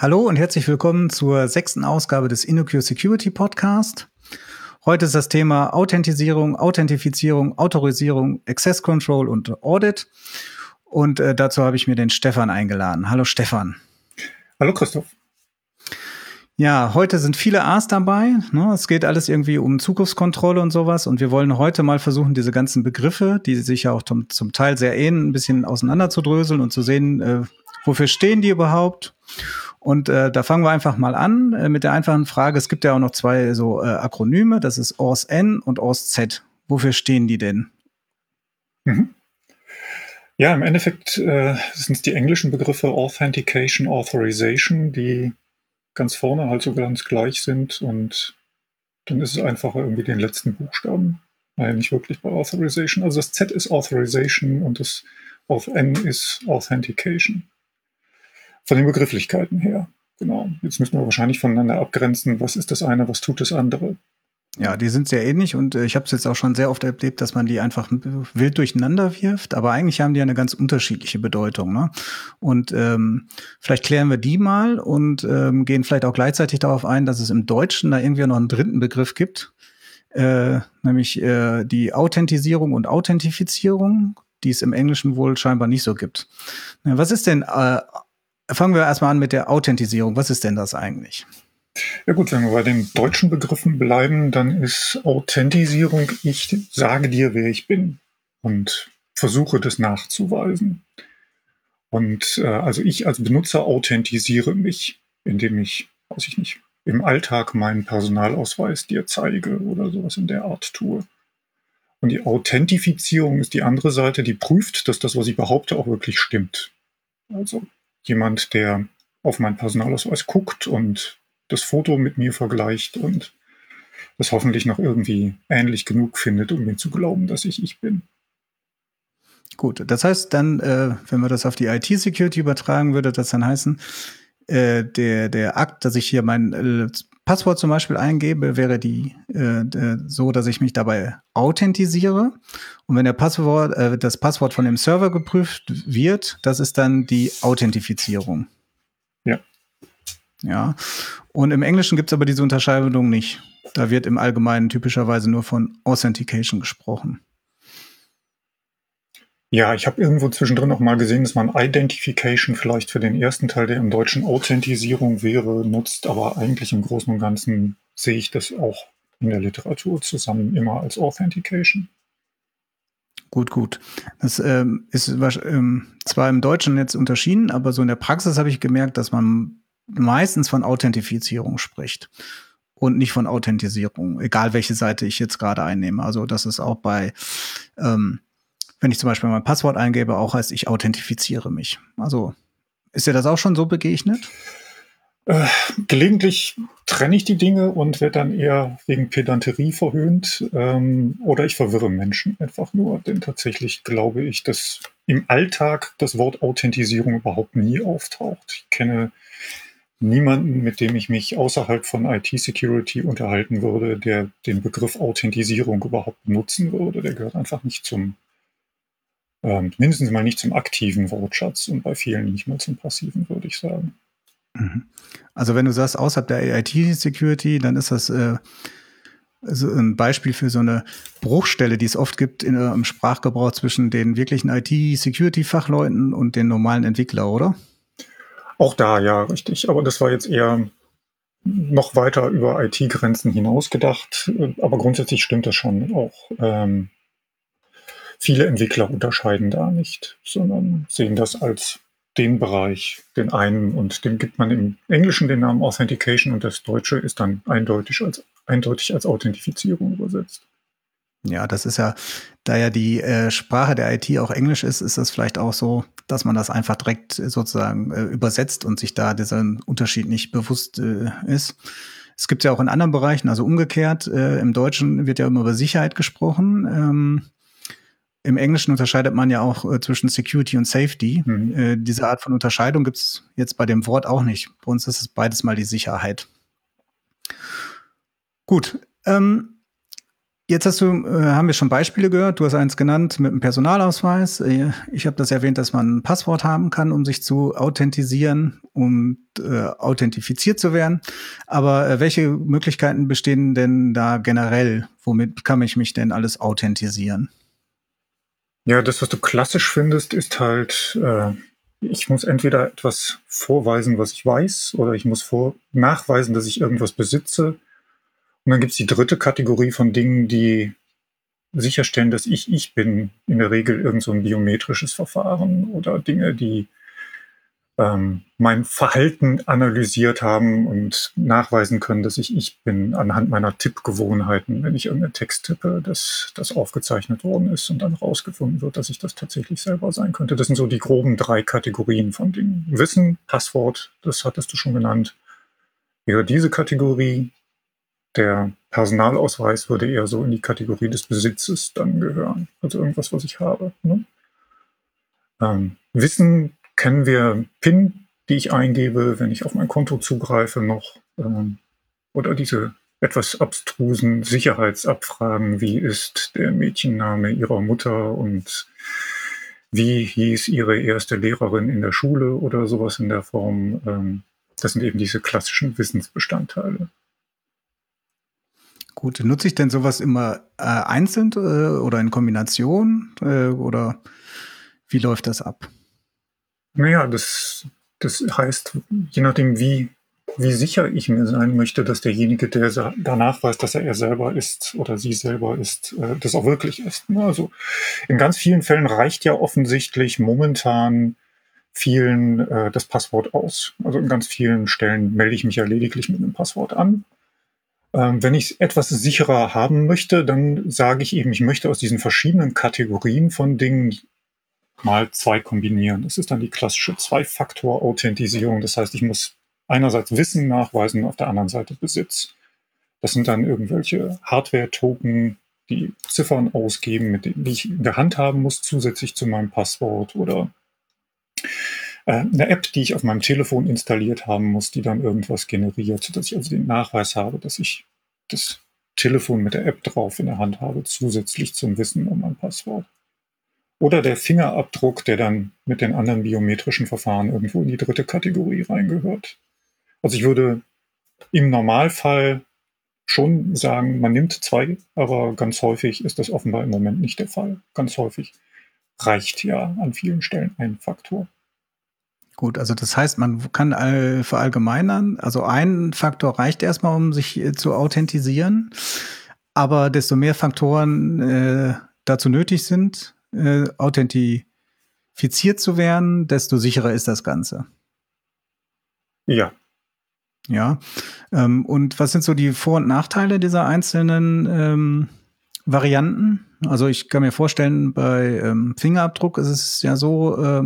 Hallo und herzlich willkommen zur 6. Ausgabe des InnoQ Security Podcast. Heute ist das Thema Authentisierung, Authentifizierung, Autorisierung, Access Control und Audit. Und dazu habe ich mir den Stefan eingeladen. Hallo Stefan. Hallo Christoph. Ja, heute sind viele A's dabei. Ne? Es geht alles irgendwie um Zugriffskontrolle und sowas. Und wir wollen heute mal versuchen, diese ganzen Begriffe, die sich ja auch zum Teil sehr ähneln, ein bisschen auseinanderzudröseln und zu sehen, wofür stehen die überhaupt. Und da fangen wir einfach mal an mit der einfachen Frage. Es gibt ja auch noch zwei so Akronyme. Das ist OAuth-N und OAuth-Z. Wofür stehen die denn? Ja, im Endeffekt sind es die englischen Begriffe Authentication, Authorization, die ganz vorne halt so ganz gleich sind. Und dann ist es einfacher, irgendwie den letzten Buchstaben. Nein, nicht wirklich bei Authorization. Also das Z ist Authorization und das Auth-N ist Authentication. Von den Begrifflichkeiten her. Genau. Jetzt müssen wir wahrscheinlich voneinander abgrenzen. Was ist das eine, was tut das andere? Ja, die sind sehr ähnlich und ich habe es jetzt auch schon sehr oft erlebt, dass man die einfach wild durcheinander wirft, aber eigentlich haben die eine ganz unterschiedliche Bedeutung. Ne? Und vielleicht klären wir die mal und gehen vielleicht auch gleichzeitig darauf ein, dass es im Deutschen da irgendwie noch einen dritten Begriff gibt, nämlich die Authentisierung und Authentifizierung, die es im Englischen wohl scheinbar nicht so gibt. Was ist denn, fangen wir erstmal an mit der Authentisierung. Was ist denn das eigentlich? Ja gut, wenn wir bei den deutschen Begriffen bleiben, dann ist Authentisierung, ich sage dir, wer ich bin und versuche das nachzuweisen. Und also ich als Benutzer authentisiere mich, indem ich, weiß ich nicht, im Alltag meinen Personalausweis dir zeige oder sowas in der Art tue. Und die Authentifizierung ist die andere Seite, die prüft, dass das, was ich behaupte, auch wirklich stimmt. Also jemand, der auf meinen Personalausweis guckt und das Foto mit mir vergleicht und das hoffentlich noch irgendwie ähnlich genug findet, um mir zu glauben, dass ich bin. Gut, das heißt dann, wenn wir das auf die IT-Security übertragen, würde das dann heißen, der Akt, dass ich hier mein Passwort zum Beispiel eingebe, wäre so, dass ich mich dabei authentisiere. Und wenn das Passwort von dem Server geprüft wird, das ist dann die Authentifizierung. Ja. Ja. Und im Englischen gibt es aber diese Unterscheidung nicht. Da wird im Allgemeinen typischerweise nur von Authentication gesprochen. Ja, ich habe irgendwo zwischendrin auch mal gesehen, dass man Identification vielleicht für den ersten Teil, der im Deutschen Authentisierung wäre, nutzt. Aber eigentlich im Großen und Ganzen sehe ich das auch in der Literatur zusammen immer als Authentication. Gut. Das ist zwar im Deutschen jetzt unterschieden, aber so in der Praxis habe ich gemerkt, dass man meistens von Authentifizierung spricht und nicht von Authentisierung, egal welche Seite ich jetzt gerade einnehme. Also das ist auch bei, wenn ich zum Beispiel mein Passwort eingebe, auch heißt, ich authentifiziere mich. Also ist dir das auch schon so begegnet? Gelegentlich trenne ich die Dinge und werde dann eher wegen Pedanterie verhöhnt oder ich verwirre Menschen einfach nur, denn tatsächlich glaube ich, dass im Alltag das Wort Authentisierung überhaupt nie auftaucht. Ich kenne niemanden, mit dem ich mich außerhalb von IT-Security unterhalten würde, der den Begriff Authentisierung überhaupt nutzen würde. Der gehört einfach nicht mindestens mal nicht zum aktiven Wortschatz und bei vielen nicht mal zum passiven, würde ich sagen. Also wenn du sagst, außerhalb der IT-Security, dann ist das so ein Beispiel für so eine Bruchstelle, die es oft gibt im Sprachgebrauch zwischen den wirklichen IT-Security-Fachleuten und den normalen Entwicklern, oder? Auch da, ja, richtig. Aber das war jetzt eher noch weiter über IT-Grenzen hinaus gedacht. Aber grundsätzlich stimmt das schon auch. Viele Entwickler unterscheiden da nicht, sondern sehen das als den Bereich, den einen, und dem gibt man im Englischen den Namen Authentication und das Deutsche ist dann eindeutig als Authentifizierung übersetzt. Ja, das ist ja, da ja die Sprache der IT auch Englisch ist, ist das vielleicht auch so, dass man das einfach direkt sozusagen übersetzt und sich da dieser Unterschied nicht bewusst ist. Es gibt ja auch in anderen Bereichen, also umgekehrt, im Deutschen wird ja immer über Sicherheit gesprochen. Im Englischen unterscheidet man ja auch zwischen Security und Safety. Diese Art von Unterscheidung gibt es jetzt bei dem Wort auch nicht. Bei uns ist es beides mal die Sicherheit. Gut. Jetzt haben wir schon Beispiele gehört. Du hast eins genannt mit dem Personalausweis. Ich habe das erwähnt, dass man ein Passwort haben kann, um sich zu authentisieren, um authentifiziert zu werden. Aber welche Möglichkeiten bestehen denn da generell? Womit kann ich mich denn alles authentisieren? Ja, das, was du klassisch findest, ist halt, ich muss entweder etwas vorweisen, was ich weiß, oder ich muss nachweisen, dass ich irgendwas besitze. Und dann gibt's die dritte Kategorie von Dingen, die sicherstellen, dass ich bin. In der Regel irgend so ein biometrisches Verfahren oder Dinge, die mein Verhalten analysiert haben und nachweisen können, dass ich bin, anhand meiner Tippgewohnheiten, wenn ich irgendeinen Text tippe, dass das aufgezeichnet worden ist und dann rausgefunden wird, dass ich das tatsächlich selber sein könnte. Das sind so die groben 3 Kategorien von Dingen. Wissen, Passwort, das hattest du schon genannt, wäre diese Kategorie. Der Personalausweis würde eher so in die Kategorie des Besitzes dann gehören. Also irgendwas, was ich habe. Ne? Wissen kennen wir PIN, die ich eingebe, wenn ich auf mein Konto zugreife noch. Oder diese etwas abstrusen Sicherheitsabfragen. Wie ist der Mädchenname ihrer Mutter und wie hieß ihre erste Lehrerin in der Schule oder sowas in der Form. Das sind eben diese klassischen Wissensbestandteile. Gut, nutze ich denn sowas immer einzeln oder in Kombination oder wie läuft das ab? Naja, das heißt, je nachdem, wie sicher ich mir sein möchte, dass derjenige, der da nachweist, dass er selber ist oder sie selber ist, das auch wirklich ist. Also in ganz vielen Fällen reicht ja offensichtlich momentan vielen das Passwort aus. Also in ganz vielen Stellen melde ich mich ja lediglich mit einem Passwort an. Wenn ich es etwas sicherer haben möchte, dann sage ich eben, ich möchte aus diesen verschiedenen Kategorien von Dingen mal 2 kombinieren. Das ist dann die klassische 2-Faktor-Authentisierung. Das heißt, ich muss einerseits Wissen nachweisen, auf der anderen Seite Besitz. Das sind dann irgendwelche Hardware-Token, die Ziffern ausgeben, die ich in der Hand haben muss, zusätzlich zu meinem Passwort, oder eine App, die ich auf meinem Telefon installiert haben muss, die dann irgendwas generiert, sodass ich also den Nachweis habe, dass ich das Telefon mit der App drauf in der Hand habe, zusätzlich zum Wissen um mein Passwort. Oder der Fingerabdruck, der dann mit den anderen biometrischen Verfahren irgendwo in die dritte Kategorie reingehört. Also ich würde im Normalfall schon sagen, man nimmt 2, aber ganz häufig ist das offenbar im Moment nicht der Fall. Ganz häufig reicht ja an vielen Stellen ein Faktor. Gut, also das heißt, man kann verallgemeinern. Also ein Faktor reicht erstmal, um sich zu authentisieren. Aber desto mehr Faktoren dazu nötig sind, authentifiziert zu werden, desto sicherer ist das Ganze. Ja. Ja. Und was sind so die Vor- und Nachteile dieser einzelnen Varianten? Also ich kann mir vorstellen, bei Fingerabdruck ist es ja so,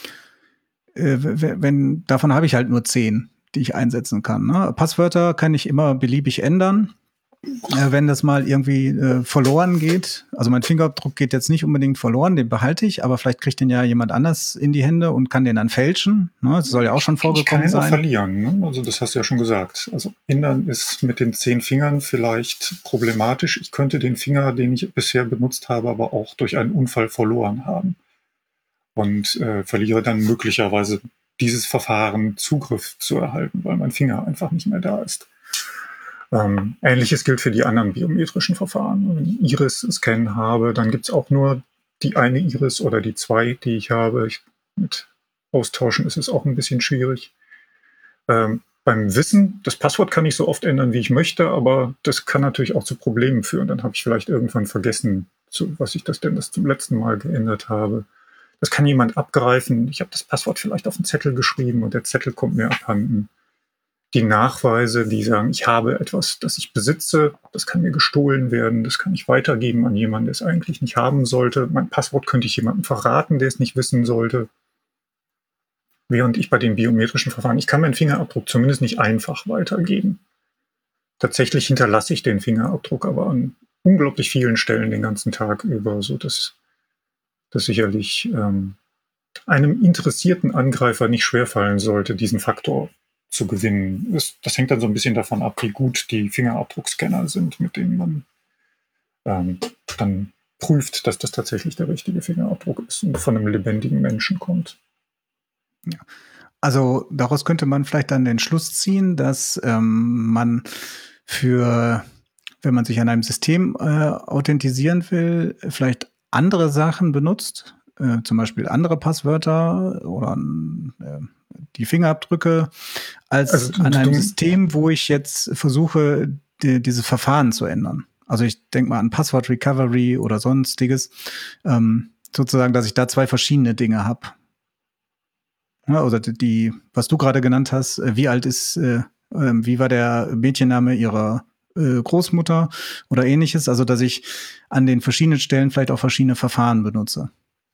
davon habe ich halt nur 10, die ich einsetzen kann. Ne? Passwörter kann ich immer beliebig ändern. Wenn das mal irgendwie verloren geht, also mein Fingerabdruck geht jetzt nicht unbedingt verloren, den behalte ich, aber vielleicht kriegt den ja jemand anders in die Hände und kann den dann fälschen. Ne? Das soll ja auch schon vorgekommen sein. Ich kann ihn auch verlieren, ne? Also das hast du ja schon gesagt. Also ändern ist mit den 10 Fingern vielleicht problematisch. Ich könnte den Finger, den ich bisher benutzt habe, aber auch durch einen Unfall verloren haben. Und verliere dann möglicherweise dieses Verfahren, Zugriff zu erhalten, weil mein Finger einfach nicht mehr da ist. Ähnliches gilt für die anderen biometrischen Verfahren. Wenn ich Iris-Scan habe, dann gibt es auch nur die eine Iris oder die 2, die ich habe. Mit Austauschen ist es auch ein bisschen schwierig. Beim Wissen, das Passwort kann ich so oft ändern, wie ich möchte, aber das kann natürlich auch zu Problemen führen. Dann habe ich vielleicht irgendwann vergessen, was ich das zum letzten Mal geändert habe. Das kann jemand abgreifen. Ich habe das Passwort vielleicht auf einen Zettel geschrieben und der Zettel kommt mir abhanden. Die Nachweise, die sagen, ich habe etwas, das ich besitze, das kann mir gestohlen werden, das kann ich weitergeben an jemanden, der es eigentlich nicht haben sollte. Mein Passwort könnte ich jemandem verraten, der es nicht wissen sollte. Während ich bei den biometrischen Verfahren, ich kann meinen Fingerabdruck zumindest nicht einfach weitergeben. Tatsächlich hinterlasse ich den Fingerabdruck aber an unglaublich vielen Stellen den ganzen Tag über, sodass das sicherlich einem interessierten Angreifer nicht schwerfallen sollte, diesen Faktor zu gewinnen. Das hängt dann so ein bisschen davon ab, wie gut die Fingerabdruckscanner sind, mit denen man dann prüft, dass das tatsächlich der richtige Fingerabdruck ist und von einem lebendigen Menschen kommt. Ja. Also daraus könnte man vielleicht dann den Schluss ziehen, dass man wenn man sich an einem System authentisieren will, vielleicht andere Sachen benutzt, zum Beispiel andere Passwörter oder die Fingerabdrücke, als an einem System, wo ich jetzt versuche, diese Verfahren zu ändern. Also ich denke mal an Passwort Recovery oder sonstiges, sozusagen, dass ich da zwei verschiedene Dinge habe. Ja, oder was du gerade genannt hast, wie war der Mädchenname ihrer Großmutter oder ähnliches, also dass ich an den verschiedenen Stellen vielleicht auch verschiedene Verfahren benutze.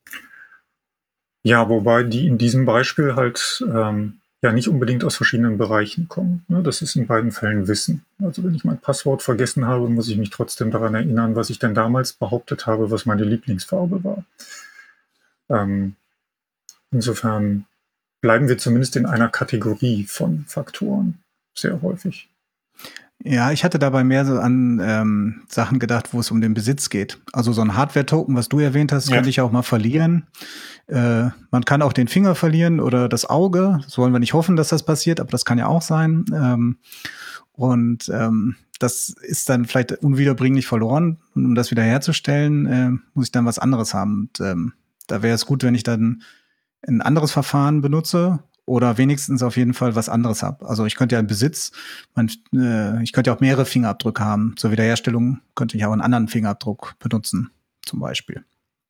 Ja, wobei die in diesem Beispiel halt ja nicht unbedingt aus verschiedenen Bereichen kommen. Ne? Das ist in beiden Fällen Wissen. Also wenn ich mein Passwort vergessen habe, muss ich mich trotzdem daran erinnern, was ich denn damals behauptet habe, was meine Lieblingsfarbe war. Insofern bleiben wir zumindest in einer Kategorie von Faktoren sehr häufig. Ja, ich hatte dabei mehr so an Sachen gedacht, wo es um den Besitz geht. Also so ein Hardware-Token, was du erwähnt hast, könnte ich auch mal verlieren. Man kann auch den Finger verlieren oder das Auge. Das wollen wir nicht hoffen, dass das passiert, aber das kann ja auch sein. Das ist dann vielleicht unwiederbringlich verloren. Um das wiederherzustellen, muss ich dann was anderes haben. Und da wäre es gut, wenn ich dann ein anderes Verfahren benutze oder wenigstens auf jeden Fall was anderes habe. Also ich könnte ja im Besitz, ich könnte ja auch mehrere Fingerabdrücke haben. Zur Wiederherstellung könnte ich auch einen anderen Fingerabdruck benutzen, zum Beispiel.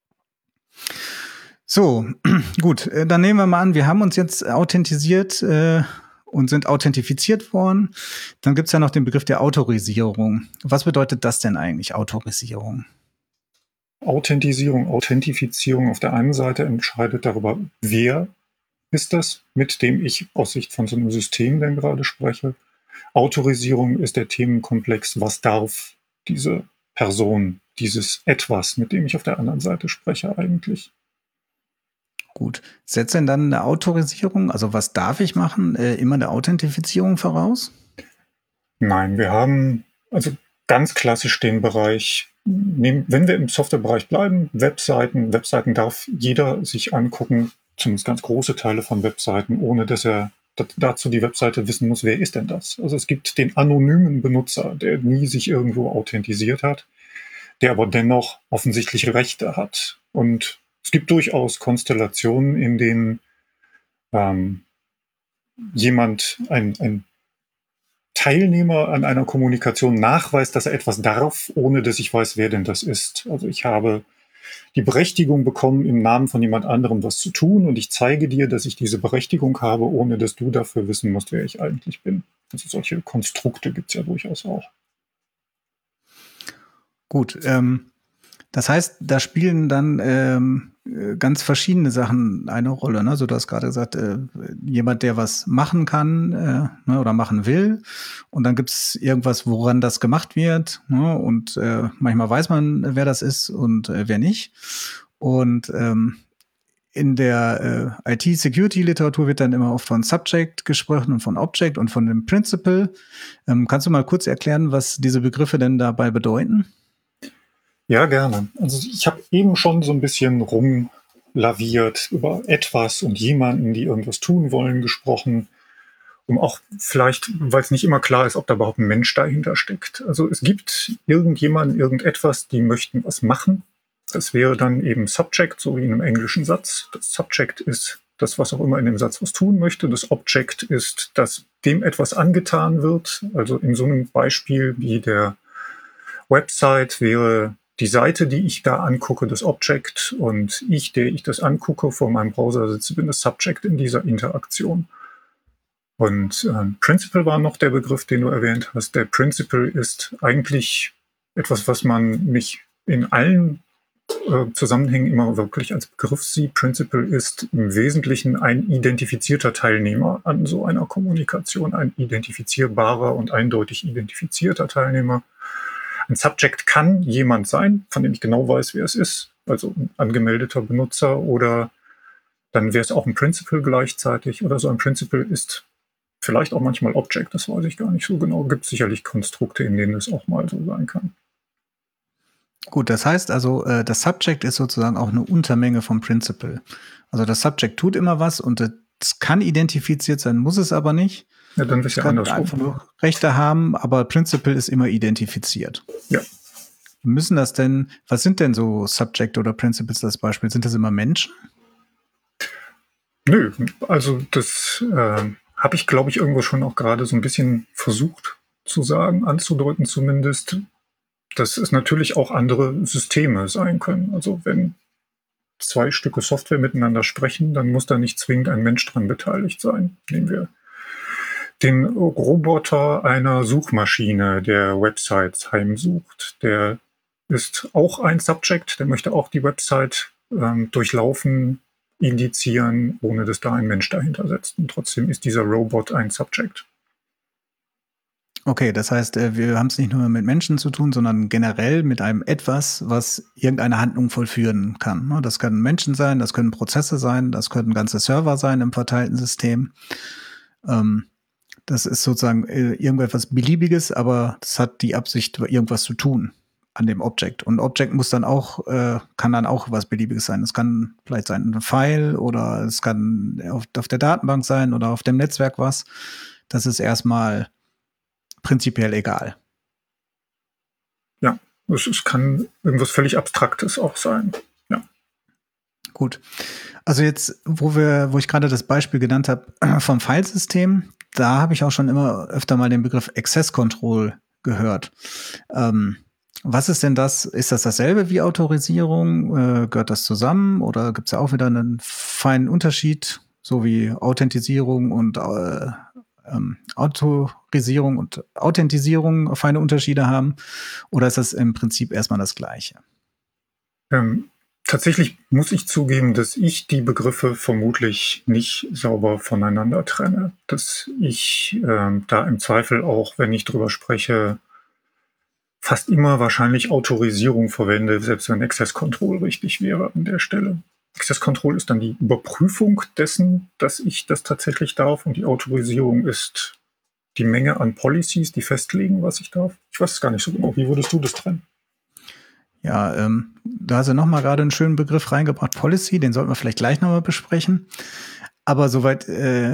So, gut, dann nehmen wir mal an, wir haben uns jetzt authentisiert und sind authentifiziert worden. Dann gibt es ja noch den Begriff der Autorisierung. Was bedeutet das denn eigentlich, Autorisierung? Authentisierung, Authentifizierung auf der einen Seite entscheidet darüber, wer ist das, mit dem ich aus Sicht von so einem System denn gerade spreche. Autorisierung ist der Themenkomplex, was darf diese Person, dieses Etwas, mit dem ich auf der anderen Seite spreche, eigentlich. Gut. Setzt denn dann eine Autorisierung, also was darf ich machen, immer eine Authentifizierung voraus? Nein, wir haben also ganz klassisch den Bereich, wenn wir im Softwarebereich bleiben, Webseiten darf jeder sich angucken, zumindest ganz große Teile von Webseiten, ohne dass er dazu die Webseite wissen muss, wer ist denn das? Also es gibt den anonymen Benutzer, der nie sich irgendwo authentisiert hat, der aber dennoch offensichtliche Rechte hat. Und es gibt durchaus Konstellationen, in denen jemand, ein Teilnehmer an einer Kommunikation nachweist, dass er etwas darf, ohne dass ich weiß, wer denn das ist. Also ich habe die Berechtigung bekommen, im Namen von jemand anderem was zu tun und ich zeige dir, dass ich diese Berechtigung habe, ohne dass du dafür wissen musst, wer ich eigentlich bin. Also solche Konstrukte gibt es ja durchaus auch. Gut, das heißt, da spielen dann ganz verschiedene Sachen eine Rolle. Ne? Also du hast gerade gesagt, jemand, der was machen kann oder machen will. Und dann gibt es irgendwas, woran das gemacht wird. Ne? Und manchmal weiß man, wer das ist und wer nicht. Und in der IT-Security-Literatur wird dann immer oft von Subject gesprochen und von Object und von dem Principle. Kannst du mal kurz erklären, was diese Begriffe denn dabei bedeuten? Ja, gerne. Also ich habe eben schon so ein bisschen rumlaviert über etwas und jemanden, die irgendwas tun wollen, gesprochen, um auch vielleicht, weil es nicht immer klar ist, ob da überhaupt ein Mensch dahinter steckt. Also es gibt irgendjemanden, irgendetwas, die möchten was machen. Das wäre dann eben Subject, so wie in einem englischen Satz. Das Subject ist das, was auch immer in dem Satz was tun möchte. Das Object ist, dass dem etwas angetan wird. Also in so einem Beispiel wie der Website wäre die Seite, die ich da angucke, das Object, und ich, der ich das angucke, vor meinem Browser sitze, bin das Subject in dieser Interaktion. Und Principle war noch der Begriff, den du erwähnt hast. Der Principle ist eigentlich etwas, was man nicht in allen Zusammenhängen immer wirklich als Begriff sieht. Principle ist im Wesentlichen ein identifizierter Teilnehmer an so einer Kommunikation, ein identifizierbarer und eindeutig identifizierter Teilnehmer. Ein Subject kann jemand sein, von dem ich genau weiß, wer es ist, also ein angemeldeter Benutzer, oder dann wäre es auch ein Principle gleichzeitig, oder so ein Principle ist vielleicht auch manchmal Object, das weiß ich gar nicht so genau. Gibt sicherlich Konstrukte, in denen es auch mal so sein kann. Gut, das heißt also, das Subject ist sozusagen auch eine Untermenge vom Principal. Also das Subject tut immer was und es kann identifiziert sein, muss es aber nicht. Ja, dann ist Es ja kann andersrum. einfach nur Rechte haben, aber Principal ist immer identifiziert. Ja. Müssen das denn, was sind denn so Subject oder Principals das Beispiel? Sind das immer Menschen? Nö, also das habe ich, glaube ich, irgendwo schon auch gerade so ein bisschen versucht zu sagen, anzudeuten zumindest, dass es natürlich auch andere Systeme sein können. Also wenn zwei Stücke Software miteinander sprechen, dann muss da nicht zwingend ein Mensch dran beteiligt sein. Nehmen wir den Roboter einer Suchmaschine, der Websites heimsucht. Der ist auch ein Subject, der möchte auch die Website durchlaufen, indizieren, ohne dass da ein Mensch dahinter sitzt. Und trotzdem ist dieser Robot ein Subject. Okay, das heißt, wir haben es nicht nur mit Menschen zu tun, sondern generell mit einem Etwas, was irgendeine Handlung vollführen kann. Ne? Das können Menschen sein, das können Prozesse sein, das können ganze Server sein im verteilten System. Das ist sozusagen irgendetwas Beliebiges, aber das hat die Absicht, irgendwas zu tun an dem Object. Und Object muss dann auch, kann dann auch was Beliebiges sein. Es kann vielleicht sein ein File oder es kann auf der Datenbank sein oder auf dem Netzwerk was. Das ist erstmal prinzipiell egal. Ja, es kann irgendwas völlig Abstraktes auch sein. Ja. Gut. Also jetzt, wo ich gerade das Beispiel genannt habe vom Filesystem, da habe ich auch schon immer öfter mal den Begriff Access Control gehört. Was ist denn das? Ist das dasselbe wie Autorisierung? Gehört das zusammen oder gibt es da auch wieder einen feinen Unterschied, so wie Authentisierung und Autorisierung und Authentisierung feine Unterschiede haben? Oder ist das im Prinzip erstmal das Gleiche? Tatsächlich muss ich zugeben, dass ich die Begriffe vermutlich nicht sauber voneinander trenne. Dass ich da im Zweifel auch, wenn ich drüber spreche, fast immer wahrscheinlich Autorisierung verwende, selbst wenn Access Control richtig wäre an der Stelle. Access Control ist dann die Überprüfung dessen, dass ich das tatsächlich darf, und die Autorisierung ist die Menge an Policies, die festlegen, was ich darf. Ich weiß es gar nicht so genau. Wie würdest du das trennen? Ja, da hast du noch mal gerade einen schönen Begriff reingebracht, Policy, den sollten wir vielleicht gleich noch mal besprechen. Aber soweit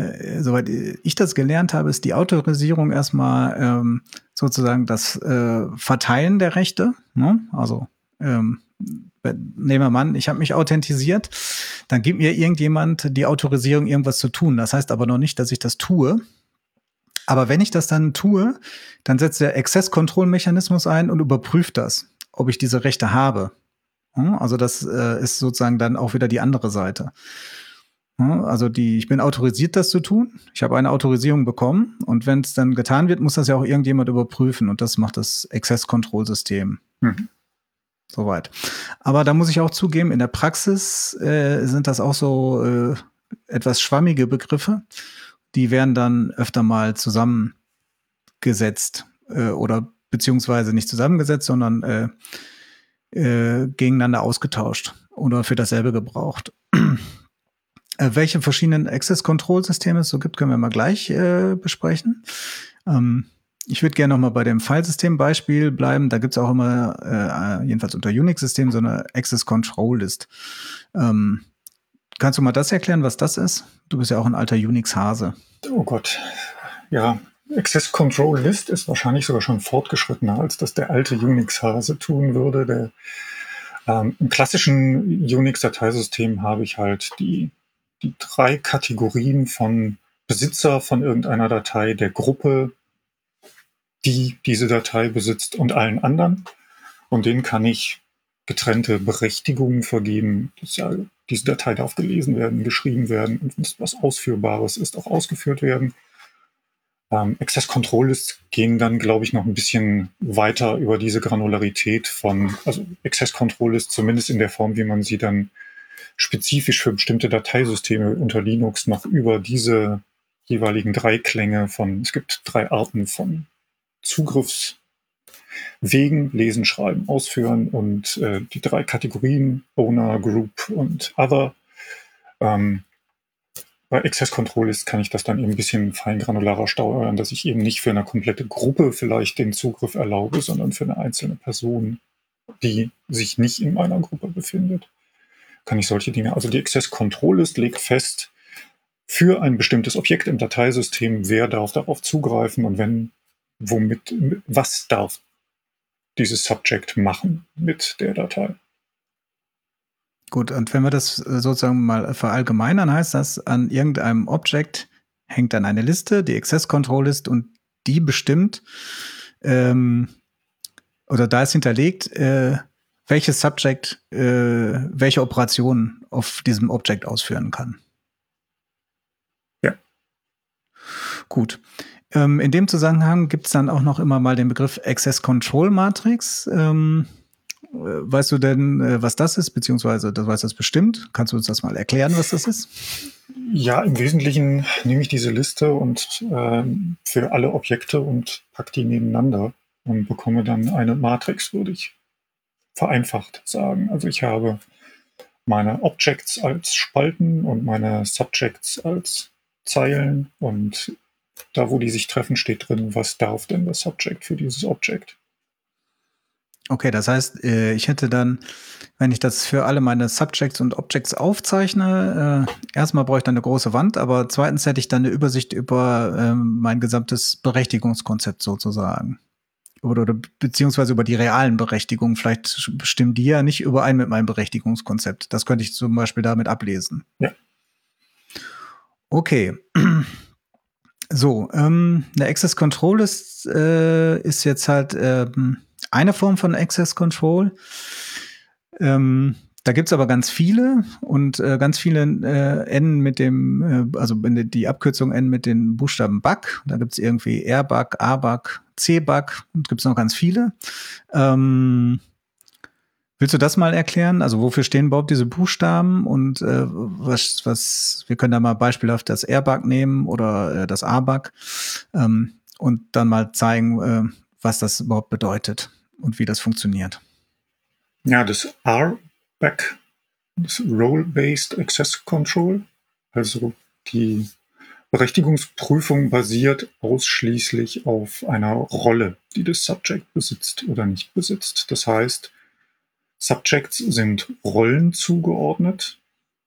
ich das gelernt habe, ist die Autorisierung erstmal sozusagen das Verteilen der Rechte. Ne? Also nehmen wir mal an, ich habe mich authentisiert, dann gibt mir irgendjemand die Autorisierung, irgendwas zu tun. Das heißt aber noch nicht, dass ich das tue. Aber wenn ich das dann tue, dann setzt der Access-Control-Mechanismus ein und überprüft das, ob ich diese Rechte habe. Also das ist sozusagen dann auch wieder die andere Seite. Also ich bin autorisiert, das zu tun. Ich habe eine Autorisierung bekommen und wenn es dann getan wird, muss das ja auch irgendjemand überprüfen und das macht das Access-Control-System. Soweit. Aber da muss ich auch zugeben, in der Praxis sind das auch so etwas schwammige Begriffe. Die werden dann öfter mal zusammengesetzt oder beziehungsweise nicht zusammengesetzt, sondern gegeneinander ausgetauscht oder für dasselbe gebraucht. Welche verschiedenen Access-Control-Systeme es so gibt, können wir mal gleich besprechen. Ich würde gerne noch mal bei dem Filesystem-Beispiel bleiben. Da gibt es auch immer, jedenfalls unter Unix-Systemen, so eine Access-Control-List. Kannst du mal das erklären, was das ist? Du bist ja auch ein alter Unix-Hase. Oh Gott, ja. Access Control List ist wahrscheinlich sogar schon fortgeschrittener, als das der alte Unix-Hase tun würde. Im klassischen Unix-Dateisystem habe ich halt die 3 Kategorien von Besitzer von irgendeiner Datei, der Gruppe, die diese Datei besitzt, und allen anderen. Und denen kann ich getrennte Berechtigungen vergeben. Diese Datei darf gelesen werden, geschrieben werden und wenn es was Ausführbares ist, auch ausgeführt werden. Access Control Lists gehen dann, glaube ich, noch ein bisschen weiter über diese Granularität also Access Control Lists, zumindest in der Form, wie man sie dann spezifisch für bestimmte Dateisysteme unter Linux noch über diese jeweiligen 3 Klänge es gibt 3 Arten von Zugriffswegen: Lesen, Schreiben, Ausführen, und die 3 Kategorien Owner, Group und Other. Bei Access Control kann ich das dann eben ein bisschen feingranularer steuern, dass ich eben nicht für eine komplette Gruppe vielleicht den Zugriff erlaube, sondern für eine einzelne Person die sich nicht in meiner Gruppe befindet, kann ich solche Dinge, also die Access Control List legt fest, für ein bestimmtes Objekt im Dateisystem, wer darf darauf zugreifen und wenn, womit, was darf dieses Subject machen mit der Datei. Gut, und wenn wir das sozusagen mal verallgemeinern, heißt das, an irgendeinem Object hängt dann eine Liste, die Access Control List, und die bestimmt, oder da ist hinterlegt, welches Subject welche Operation auf diesem Object ausführen kann. Ja. Gut. In dem Zusammenhang gibt es dann auch noch immer mal den Begriff Access Control Matrix. Weißt du denn, was das ist, beziehungsweise du weißt das bestimmt? Kannst du uns das mal erklären, was das ist? Ja, im Wesentlichen nehme ich diese Liste und für alle Objekte und packe die nebeneinander und bekomme dann eine Matrix, würde ich vereinfacht sagen. Also ich habe meine Objects als Spalten und meine Subjects als Zeilen und da, wo die sich treffen, steht drin, was darf denn das Subject für dieses Object. Okay, das heißt, ich hätte dann, wenn ich das für alle meine Subjects und Objects aufzeichne, erstmal brauche ich dann eine große Wand, aber zweitens hätte ich dann eine Übersicht über mein gesamtes Berechtigungskonzept sozusagen. Oder beziehungsweise über die realen Berechtigungen. Vielleicht stimmen die ja nicht überein mit meinem Berechtigungskonzept. Das könnte ich zum Beispiel damit ablesen. Ja. Okay. So, eine Access Control ist jetzt halt eine Form von Access Control. Da gibt's aber ganz viele und ganz viele enden mit dem, also die Abkürzung enden mit den Buchstaben BUG. Da gibt's irgendwie R-Bug, A-Bug, C-Bug und gibt's noch ganz viele. Willst du das mal erklären? Also wofür stehen überhaupt diese Buchstaben und was wir können da mal beispielhaft das R-Bug nehmen oder das A-Bug und dann mal zeigen, was das überhaupt bedeutet und wie das funktioniert. Ja, das R-Bug, das Role-Based Access Control, also die Berechtigungsprüfung basiert ausschließlich auf einer Rolle, die das Subject besitzt oder nicht besitzt. Das heißt, Subjects sind Rollen zugeordnet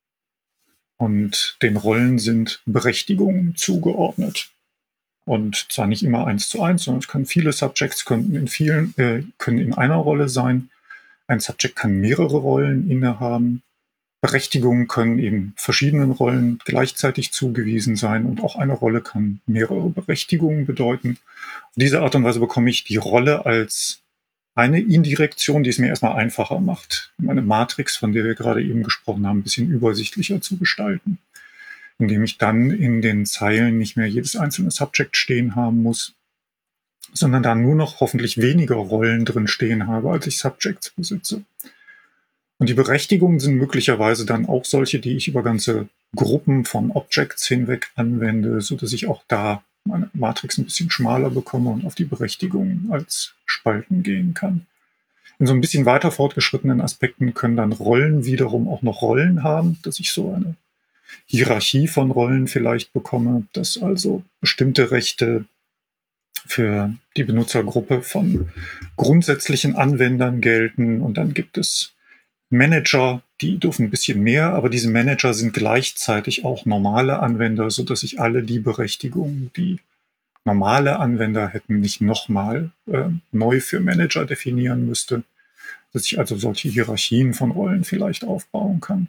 und den Rollen sind Berechtigungen zugeordnet. Und zwar nicht immer 1:1, sondern es können viele Subjects können in einer Rolle sein. Ein Subject kann mehrere Rollen innehaben. Berechtigungen können eben verschiedenen Rollen gleichzeitig zugewiesen sein und auch eine Rolle kann mehrere Berechtigungen bedeuten. Auf diese Art und Weise bekomme ich die Rolle als eine Indirektion, die es mir erstmal einfacher macht, meine Matrix, von der wir gerade eben gesprochen haben, ein bisschen übersichtlicher zu gestalten, indem ich dann in den Zeilen nicht mehr jedes einzelne Subject stehen haben muss, sondern da nur noch hoffentlich weniger Rollen drin stehen habe, als ich Subjects besitze. Und die Berechtigungen sind möglicherweise dann auch solche, die ich über ganze Gruppen von Objects hinweg anwende, sodass ich auch da meine Matrix ein bisschen schmaler bekomme und auf die Berechtigungen als Spalten gehen kann. In so ein bisschen weiter fortgeschrittenen Aspekten können dann Rollen wiederum auch noch Rollen haben, dass ich so eine Hierarchie von Rollen vielleicht bekomme, dass also bestimmte Rechte für die Benutzergruppe von grundsätzlichen Anwendern gelten und dann gibt es Manager, die dürfen ein bisschen mehr, aber diese Manager sind gleichzeitig auch normale Anwender, sodass ich alle die Berechtigungen, die normale Anwender hätten, nicht nochmal neu für Manager definieren müsste, dass ich also solche Hierarchien von Rollen vielleicht aufbauen kann.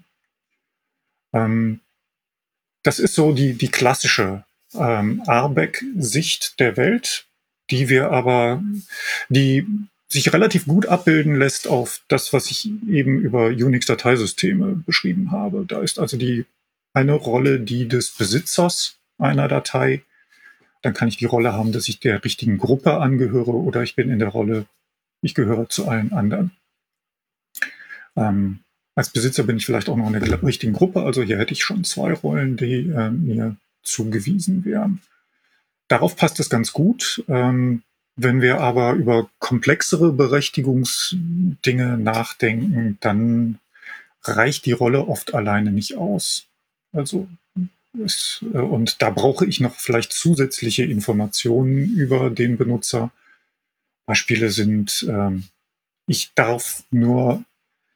Das ist so die klassische RBAC-Sicht der Welt, die sich relativ gut abbilden lässt auf das, was ich eben über Unix-Dateisysteme beschrieben habe. Da ist also eine Rolle die des Besitzers einer Datei. Dann kann ich die Rolle haben, dass ich der richtigen Gruppe angehöre oder ich bin in der Rolle, ich gehöre zu allen anderen. Als Besitzer bin ich vielleicht auch noch in der richtigen Gruppe. Also hier hätte ich schon 2 Rollen, die mir zugewiesen wären. Darauf passt es ganz gut. Wenn wir aber über komplexere Berechtigungsdinge nachdenken, dann reicht die Rolle oft alleine nicht aus. Also und da brauche ich noch vielleicht zusätzliche Informationen über den Benutzer. Beispiele sind Ich darf nur,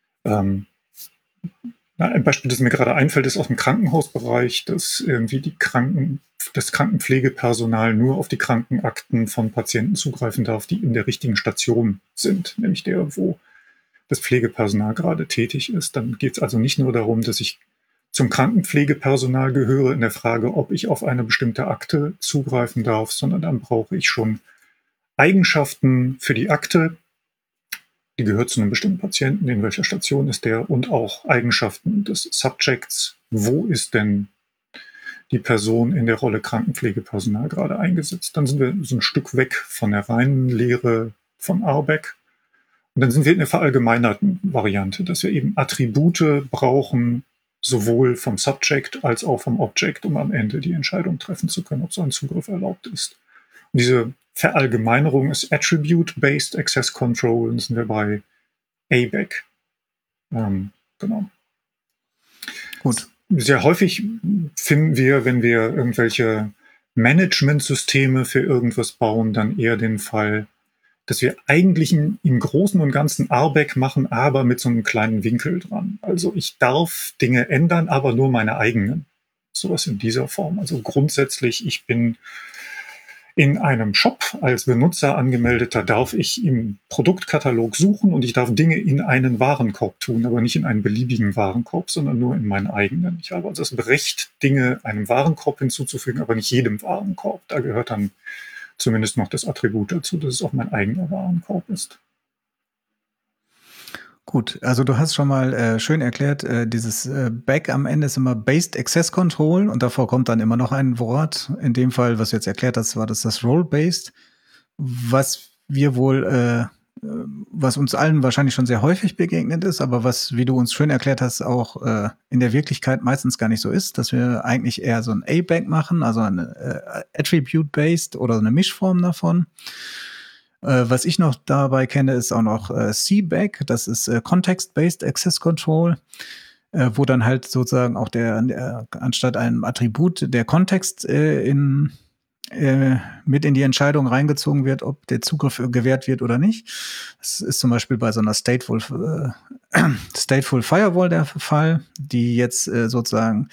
ein Beispiel, das mir gerade einfällt, ist aus dem Krankenhausbereich, dass irgendwie das Krankenpflegepersonal nur auf die Krankenakten von Patienten zugreifen darf, die in der richtigen Station sind, nämlich der, wo das Pflegepersonal gerade tätig ist. Dann geht es also nicht nur darum, dass ich zum Krankenpflegepersonal gehöre in der Frage, ob ich auf eine bestimmte Akte zugreifen darf, sondern dann brauche ich schon Eigenschaften für die Akte, die gehört zu einem bestimmten Patienten, in welcher Station ist der, und auch Eigenschaften des Subjects. Wo ist denn die Person in der Rolle Krankenpflegepersonal gerade eingesetzt? Dann sind wir so ein Stück weg von der reinen Lehre von Arbeck. Und dann sind wir in der verallgemeinerten Variante, dass wir eben Attribute brauchen, sowohl vom Subject als auch vom Object, um am Ende die Entscheidung treffen zu können, ob so ein Zugriff erlaubt ist. Und diese Verallgemeinerung ist Attribute-Based Access Control, und sind wir bei ABAC. Genau. Gut. Sehr häufig finden wir, wenn wir irgendwelche Managementsysteme für irgendwas bauen, dann eher den Fall, dass wir eigentlich im Großen und Ganzen ABAC machen, aber mit so einem kleinen Winkel dran. Also ich darf Dinge ändern, aber nur meine eigenen. Sowas in dieser Form. Also grundsätzlich, ich bin in einem Shop als Benutzer angemeldeter, darf ich im Produktkatalog suchen und ich darf Dinge in einen Warenkorb tun, aber nicht in einen beliebigen Warenkorb, sondern nur in meinen eigenen. Ich habe also das Recht, Dinge einem Warenkorb hinzuzufügen, aber nicht jedem Warenkorb. Da gehört dann zumindest noch das Attribut dazu, dass es auch mein eigener Warenkorb ist. Gut, also du hast schon mal schön erklärt, dieses Back am Ende ist immer Based Access Control und davor kommt dann immer noch ein Wort. In dem Fall, was du jetzt erklärt hast, war das Role-Based, was wir wohl, was uns allen wahrscheinlich schon sehr häufig begegnet ist, aber was, wie du uns schön erklärt hast, auch in der Wirklichkeit meistens gar nicht so ist, dass wir eigentlich eher so ein A-Back machen, also ein Attribute-Based oder eine Mischform davon. Was ich noch dabei kenne, ist auch noch CBAC, das ist Context-Based Access Control, wo dann halt sozusagen auch anstatt einem Attribut der Kontext mit in die Entscheidung reingezogen wird, ob der Zugriff gewährt wird oder nicht. Das ist zum Beispiel bei so einer Stateful Firewall der Fall, die jetzt sozusagen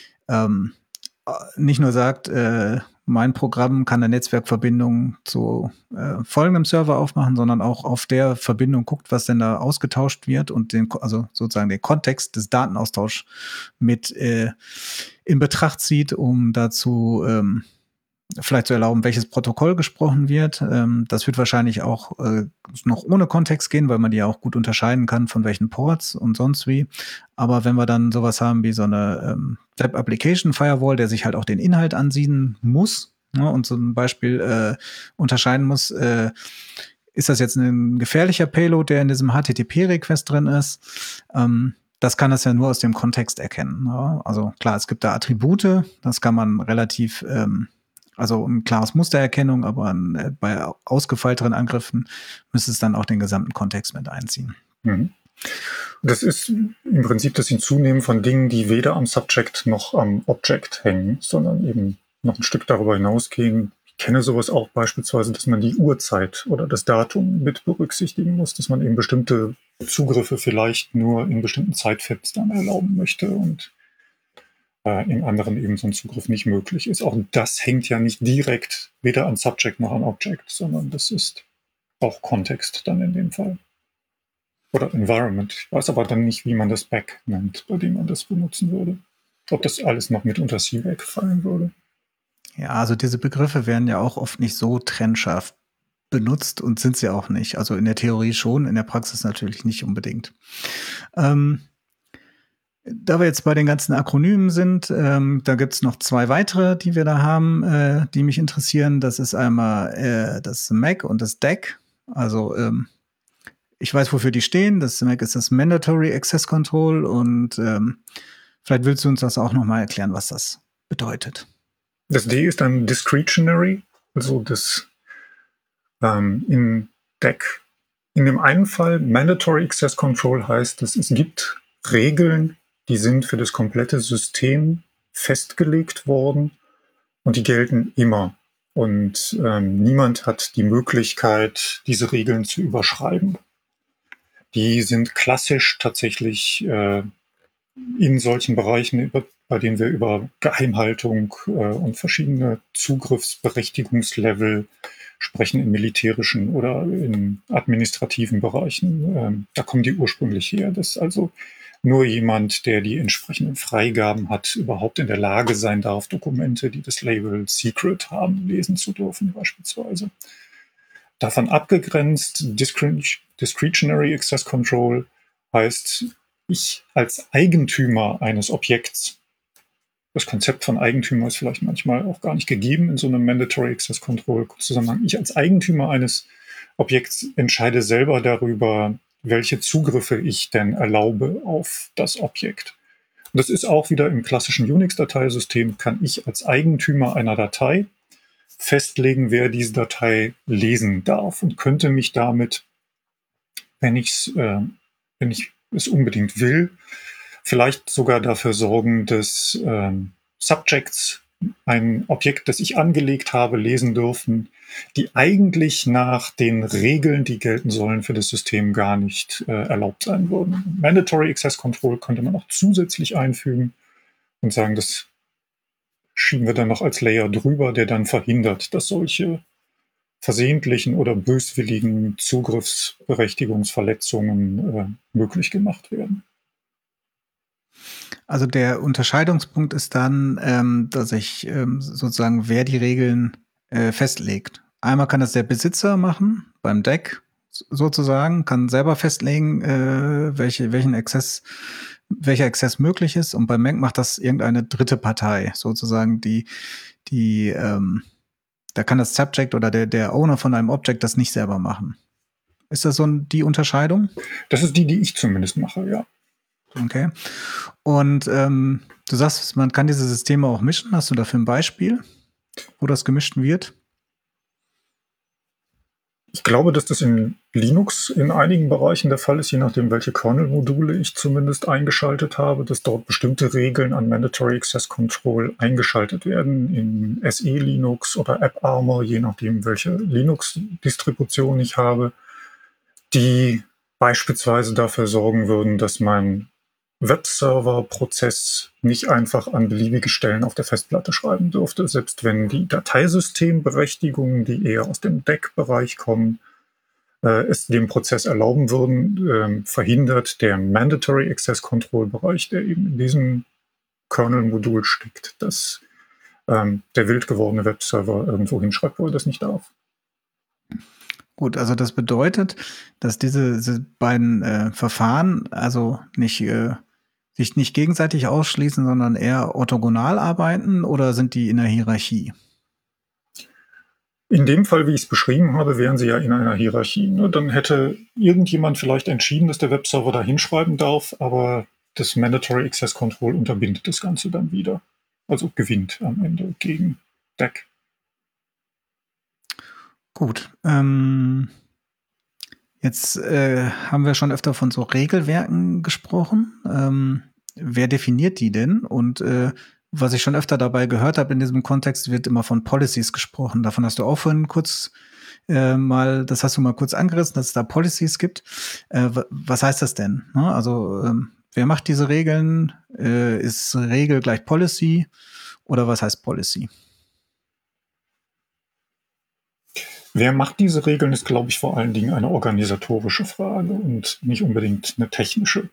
nicht nur sagt, mein Programm kann eine Netzwerkverbindung zu folgendem Server aufmachen, sondern auch auf der Verbindung guckt, was denn da ausgetauscht wird und also sozusagen den Kontext des Datenaustauschs mit in Betracht zieht, um dazu vielleicht zu erlauben, welches Protokoll gesprochen wird. Das wird wahrscheinlich auch noch ohne Kontext gehen, weil man die ja auch gut unterscheiden kann, von welchen Ports und sonst wie. Aber wenn wir dann sowas haben wie so eine Web Application Firewall, der sich halt auch den Inhalt ansiedeln muss, ne, und zum Beispiel unterscheiden muss, ist das jetzt ein gefährlicher Payload, der in diesem HTTP-Request drin ist, das kann das ja nur aus dem Kontext erkennen. Ne? Also klar, es gibt da Attribute, das kann man relativ also ein klares Mustererkennung, aber bei ausgefeilteren Angriffen müsste es dann auch den gesamten Kontext mit einziehen. Mhm. Das ist im Prinzip das Hinzunehmen von Dingen, die weder am Subject noch am Object hängen, sondern eben noch ein Stück darüber hinausgehen. Ich kenne sowas auch beispielsweise, dass man die Uhrzeit oder das Datum mit berücksichtigen muss, dass man eben bestimmte Zugriffe vielleicht nur in bestimmten Zeitfenstern erlauben möchte und im anderen eben so ein Zugriff nicht möglich ist. Auch das hängt ja nicht direkt weder an Subject noch an Object, sondern das ist auch Kontext dann in dem Fall. Oder Environment. Ich weiß aber dann nicht, wie man das Back nennt, bei dem man das benutzen würde. Ob das alles noch mit unter CBAC fallen würde. Ja, also diese Begriffe werden ja auch oft nicht so trennscharf benutzt und sind sie auch nicht. Also in der Theorie schon, in der Praxis natürlich nicht unbedingt. Da wir jetzt bei den ganzen Akronymen sind, da gibt's noch 2 weitere, die wir da haben, die mich interessieren. Das ist einmal das MAC und das DAC. Also ich weiß, wofür die stehen. Das MAC ist das Mandatory Access Control und vielleicht willst du uns das auch noch mal erklären, was das bedeutet. Das D ist dann Discretionary, also das in DAC. In dem einen Fall Mandatory Access Control heißt, dass es gibt Regeln, die sind für das komplette System festgelegt worden und die gelten immer. Und niemand hat die Möglichkeit, diese Regeln zu überschreiben. Die sind klassisch tatsächlich in solchen Bereichen, bei denen wir über Geheimhaltung und verschiedene Zugriffsberechtigungslevel sprechen, in militärischen oder in administrativen Bereichen. Da kommen die ursprünglich her. Dass also nur jemand, der die entsprechenden Freigaben hat, überhaupt in der Lage sein darf, Dokumente, die das Label Secret haben, lesen zu dürfen beispielsweise. Davon abgegrenzt, Discretionary Access Control heißt, ich als Eigentümer eines Objekts, das Konzept von Eigentümer ist vielleicht manchmal auch gar nicht gegeben in so einem Mandatory Access Control Zusammenhang. Ich als Eigentümer eines Objekts entscheide selber darüber, welche Zugriffe ich denn erlaube auf das Objekt. Und das ist auch wieder im klassischen Unix-Dateisystem, kann ich als Eigentümer einer Datei festlegen, wer diese Datei lesen darf und könnte mich damit, wenn ich es unbedingt will, vielleicht sogar dafür sorgen, dass Subjects ein Objekt, das ich angelegt habe, lesen dürfen, die eigentlich nach den Regeln, die gelten sollen für das System, gar nicht erlaubt sein würden. Mandatory Access Control könnte man auch zusätzlich einfügen und sagen, das schieben wir dann noch als Layer drüber, der dann verhindert, dass solche versehentlichen oder böswilligen Zugriffsberechtigungsverletzungen möglich gemacht werden. Also der Unterscheidungspunkt ist dann, dass ich sozusagen, wer die Regeln festlegt. Einmal kann das der Besitzer machen, beim DEC sozusagen, kann selber festlegen, welcher Access möglich ist. Und beim Mac macht das irgendeine dritte Partei, sozusagen, da kann das Subject oder der Owner von einem Object das nicht selber machen. Ist das so die Unterscheidung? Das ist die ich zumindest mache, ja. Okay. Und du sagst, man kann diese Systeme auch mischen. Hast du dafür ein Beispiel, wo das gemischt wird? Ich glaube, dass das in Linux in einigen Bereichen der Fall ist, je nachdem, welche Kernel-Module ich zumindest eingeschaltet habe, dass dort bestimmte Regeln an Mandatory Access Control eingeschaltet werden. In SE Linux oder AppArmor, je nachdem, welche Linux-Distribution ich habe, die beispielsweise dafür sorgen würden, dass mein Webserver-Prozess nicht einfach an beliebige Stellen auf der Festplatte schreiben dürfte, selbst wenn die Dateisystemberechtigungen, die eher aus dem DEC-Bereich kommen, es dem Prozess erlauben würden, verhindert der Mandatory Access Control-Bereich, der eben in diesem Kernel-Modul steckt, dass der wild gewordene Webserver irgendwo hinschreibt, wo er das nicht darf. Gut, also das bedeutet, dass diese beiden Verfahren also sich nicht gegenseitig ausschließen, sondern eher orthogonal arbeiten, oder sind die in der Hierarchie? In dem Fall, wie ich es beschrieben habe, wären sie ja in einer Hierarchie. Ne? Dann hätte irgendjemand vielleicht entschieden, dass der Webserver da hinschreiben darf, aber das Mandatory Access Control unterbindet das Ganze dann wieder. Also gewinnt am Ende gegen DEC. Gut. Jetzt haben wir schon öfter von so Regelwerken gesprochen. Wer definiert die denn? Und was ich schon öfter dabei gehört habe in diesem Kontext, wird immer von Policies gesprochen. Davon hast du auch vorhin kurz das hast du mal kurz angerissen, dass es da Policies gibt. Was heißt das denn? Ne? Also wer macht diese Regeln? Ist Regel gleich Policy? Oder was heißt Policy? Wer macht diese Regeln, ist, glaube ich, vor allen Dingen eine organisatorische Frage und nicht unbedingt eine technische.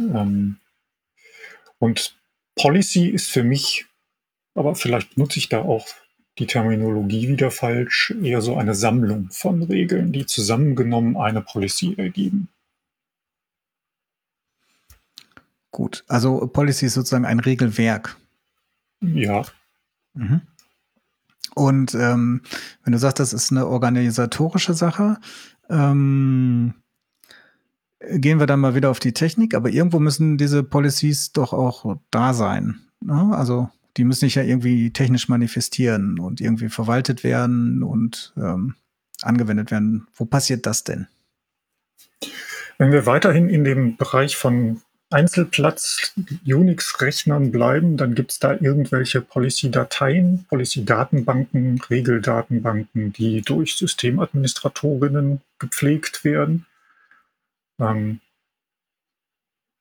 Und Policy ist für mich, aber vielleicht nutze ich da auch die Terminologie wieder falsch, eher so eine Sammlung von Regeln, die zusammengenommen eine Policy ergeben. Gut, also Policy ist sozusagen ein Regelwerk. Ja. Mhm. Und wenn du sagst, das ist eine organisatorische Sache, gehen wir dann mal wieder auf die Technik, aber irgendwo müssen diese Policies doch auch da sein. Ne? Also die müssen sich ja irgendwie technisch manifestieren und irgendwie verwaltet werden und angewendet werden. Wo passiert das denn? Wenn wir weiterhin in dem Bereich von Einzelplatz-Unix-Rechnern bleiben, dann gibt es da irgendwelche Policy-Dateien, Policy-Datenbanken, Regeldatenbanken, die durch Systemadministratorinnen gepflegt werden.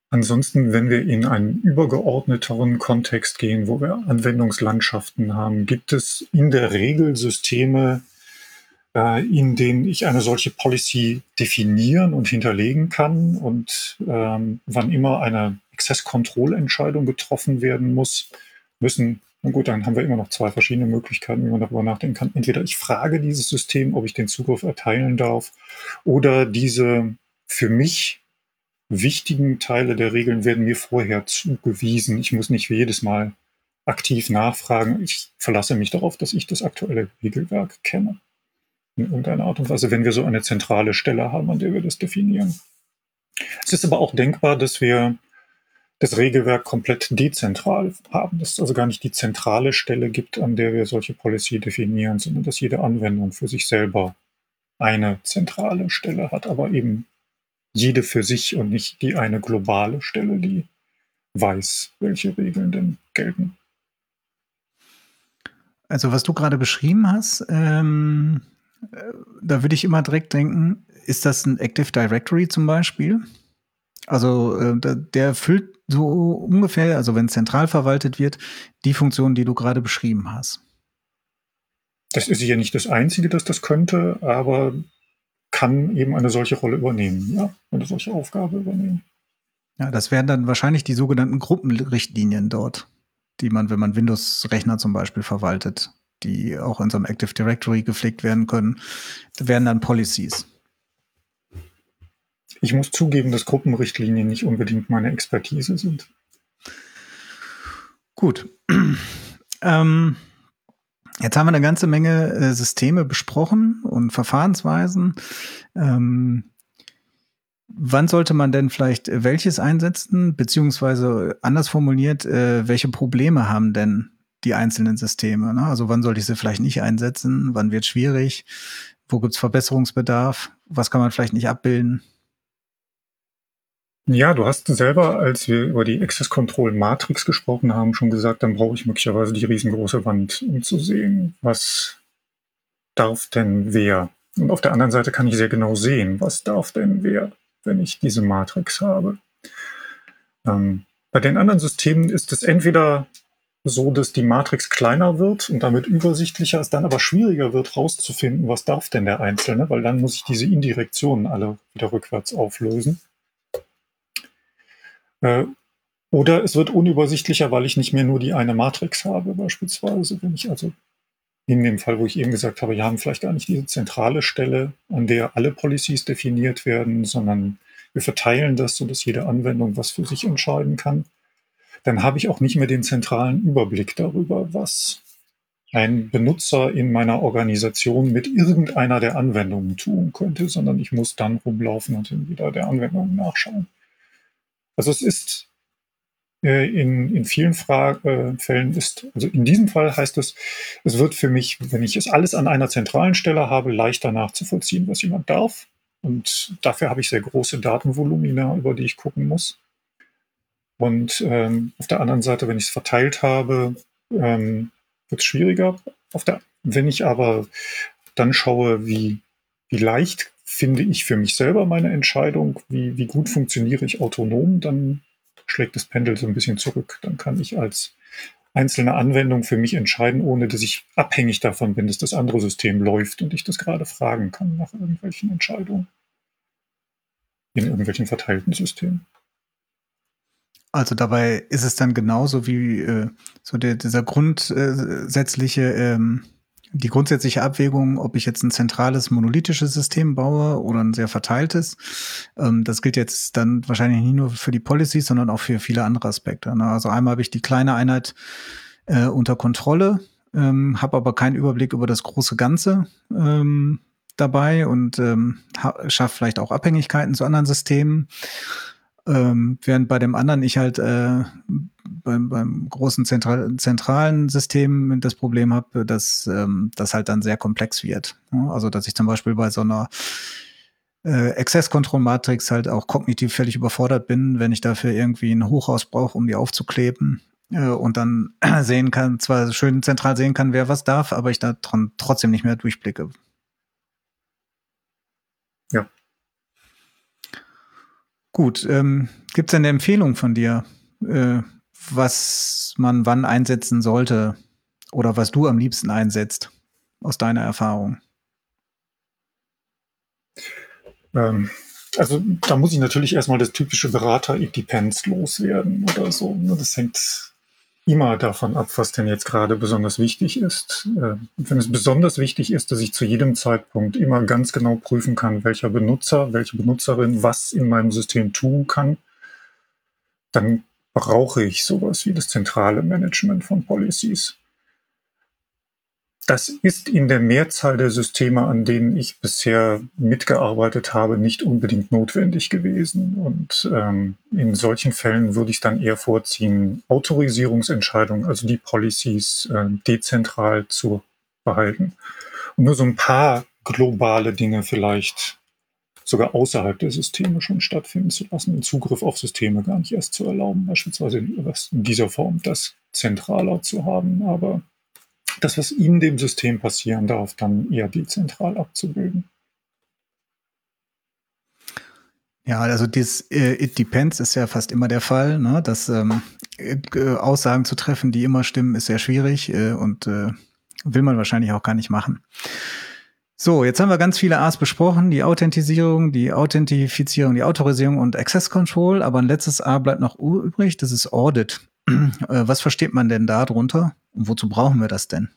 Ansonsten, wenn wir in einen übergeordneteren Kontext gehen, wo wir Anwendungslandschaften haben, gibt es in der Regel Systeme, in denen ich eine solche Policy definieren und hinterlegen kann. Und wann immer eine Access-Control-Entscheidung getroffen werden muss, na gut, dann haben wir immer noch zwei verschiedene Möglichkeiten, wie man darüber nachdenken kann. Entweder ich frage dieses System, ob ich den Zugriff erteilen darf, oder diese für mich wichtigen Teile der Regeln werden mir vorher zugewiesen. Ich muss nicht jedes Mal aktiv nachfragen. Ich verlasse mich darauf, dass ich das aktuelle Regelwerk kenne. In irgendeiner Art und Weise, wenn wir so eine zentrale Stelle haben, an der wir das definieren. Es ist aber auch denkbar, dass wir das Regelwerk komplett dezentral haben, dass es also gar nicht die zentrale Stelle gibt, an der wir solche Policy definieren, sondern dass jede Anwendung für sich selber eine zentrale Stelle hat, aber eben jede für sich und nicht die eine globale Stelle, die weiß, welche Regeln denn gelten. Also was du gerade beschrieben hast, da würde ich immer direkt denken, ist das ein Active Directory zum Beispiel? Also der erfüllt so ungefähr, also wenn zentral verwaltet wird, die Funktion, die du gerade beschrieben hast. Das ist sicher nicht das Einzige, das das könnte, aber kann eben eine solche Rolle übernehmen, ja, eine solche Aufgabe übernehmen. Ja, das wären dann wahrscheinlich die sogenannten Gruppenrichtlinien dort, die man, wenn man Windows-Rechner zum Beispiel verwaltet, die auch in so einem Active Directory gepflegt werden können, wären dann Policies. Ich muss zugeben, dass Gruppenrichtlinien nicht unbedingt meine Expertise sind. Gut. Jetzt haben wir eine ganze Menge Systeme besprochen und Verfahrensweisen. Wann sollte man denn vielleicht welches einsetzen, beziehungsweise anders formuliert, welche Probleme haben denn die einzelnen Systeme? Ne? Also wann sollte ich sie vielleicht nicht einsetzen? Wann wird es schwierig? Wo gibt es Verbesserungsbedarf? Was kann man vielleicht nicht abbilden? Ja, du hast selber, als wir über die Access Control Matrix gesprochen haben, schon gesagt, dann brauche ich möglicherweise die riesengroße Wand, um zu sehen, was darf denn wer. Und auf der anderen Seite kann ich sehr genau sehen, was darf denn wer, wenn ich diese Matrix habe. Bei den anderen Systemen ist es entweder so, dass die Matrix kleiner wird und damit übersichtlicher, es dann aber schwieriger wird, rauszufinden, was darf denn der Einzelne, weil dann muss ich diese Indirektionen alle wieder rückwärts auflösen. Oder es wird unübersichtlicher, weil ich nicht mehr nur die eine Matrix habe, beispielsweise. Wenn ich also in dem Fall, wo ich eben gesagt habe, wir haben vielleicht gar nicht diese zentrale Stelle, an der alle Policies definiert werden, sondern wir verteilen das, sodass jede Anwendung was für sich entscheiden kann. Dann habe ich auch nicht mehr den zentralen Überblick darüber, was ein Benutzer in meiner Organisation mit irgendeiner der Anwendungen tun könnte, sondern ich muss dann rumlaufen und in jeder der Anwendungen nachschauen. Also es ist in vielen Fällen ist, also in diesem Fall heißt es, es wird für mich, wenn ich es alles an einer zentralen Stelle habe, leichter nachzuvollziehen, was jemand darf. Und dafür habe ich sehr große Datenvolumina, über die ich gucken muss. Und auf der anderen Seite, wenn ich es verteilt habe, wird es schwieriger. Wenn ich aber dann schaue, wie leicht finde ich für mich selber meine Entscheidung, wie gut funktioniere ich autonom, dann schlägt das Pendel so ein bisschen zurück. Dann kann ich als einzelne Anwendung für mich entscheiden, ohne dass ich abhängig davon bin, dass das andere System läuft und ich das gerade fragen kann nach irgendwelchen Entscheidungen in irgendwelchen verteilten Systemen. Also dabei ist es dann genauso wie so dieser grundsätzliche die grundsätzliche Abwägung, ob ich jetzt ein zentrales monolithisches System baue oder ein sehr verteiltes. Das gilt jetzt dann wahrscheinlich nicht nur für die Policies, sondern auch für viele andere Aspekte. Ne? Also einmal habe ich die kleine Einheit unter Kontrolle, habe aber keinen Überblick über das große Ganze dabei und schaffe vielleicht auch Abhängigkeiten zu anderen Systemen. Während bei dem anderen ich halt beim großen zentralen System das Problem habe, dass das halt dann sehr komplex wird. Ja? Also dass ich zum Beispiel bei so einer Access-Control-Matrix halt auch kognitiv völlig überfordert bin, wenn ich dafür irgendwie ein Hochhaus brauche, um die aufzukleben und dann sehen kann, zwar schön zentral sehen kann, wer was darf, aber ich da trotzdem nicht mehr durchblicke. Ja. Gut, gibt es eine Empfehlung von dir, was man wann einsetzen sollte oder was du am liebsten einsetzt, aus deiner Erfahrung? Also da muss ich natürlich erstmal das typische Berater-It depends loswerden oder so. Das hängt immer davon ab, was denn jetzt gerade besonders wichtig ist. Wenn es besonders wichtig ist, dass ich zu jedem Zeitpunkt immer ganz genau prüfen kann, welcher Benutzer, welche Benutzerin was in meinem System tun kann, dann brauche ich sowas wie das zentrale Management von Policies. Das ist in der Mehrzahl der Systeme, an denen ich bisher mitgearbeitet habe, nicht unbedingt notwendig gewesen. Und in solchen Fällen würde ich dann eher vorziehen, Autorisierungsentscheidungen, also die Policies dezentral zu behalten. Und nur so ein paar globale Dinge vielleicht sogar außerhalb der Systeme schon stattfinden zu lassen, den Zugriff auf Systeme gar nicht erst zu erlauben, beispielsweise in dieser Form das zentraler zu haben, aber das, was in dem System passieren darf, dann eher dezentral abzubilden. Ja, also dieses It depends ist ja fast immer der Fall, ne? Dass Aussagen zu treffen, die immer stimmen, ist sehr schwierig und will man wahrscheinlich auch gar nicht machen. So, jetzt haben wir ganz viele A's besprochen, die Authentisierung, die Authentifizierung, die Autorisierung und Access Control, aber ein letztes A bleibt noch übrig, das ist Audit. Was versteht man denn da drunter und wozu brauchen wir das denn?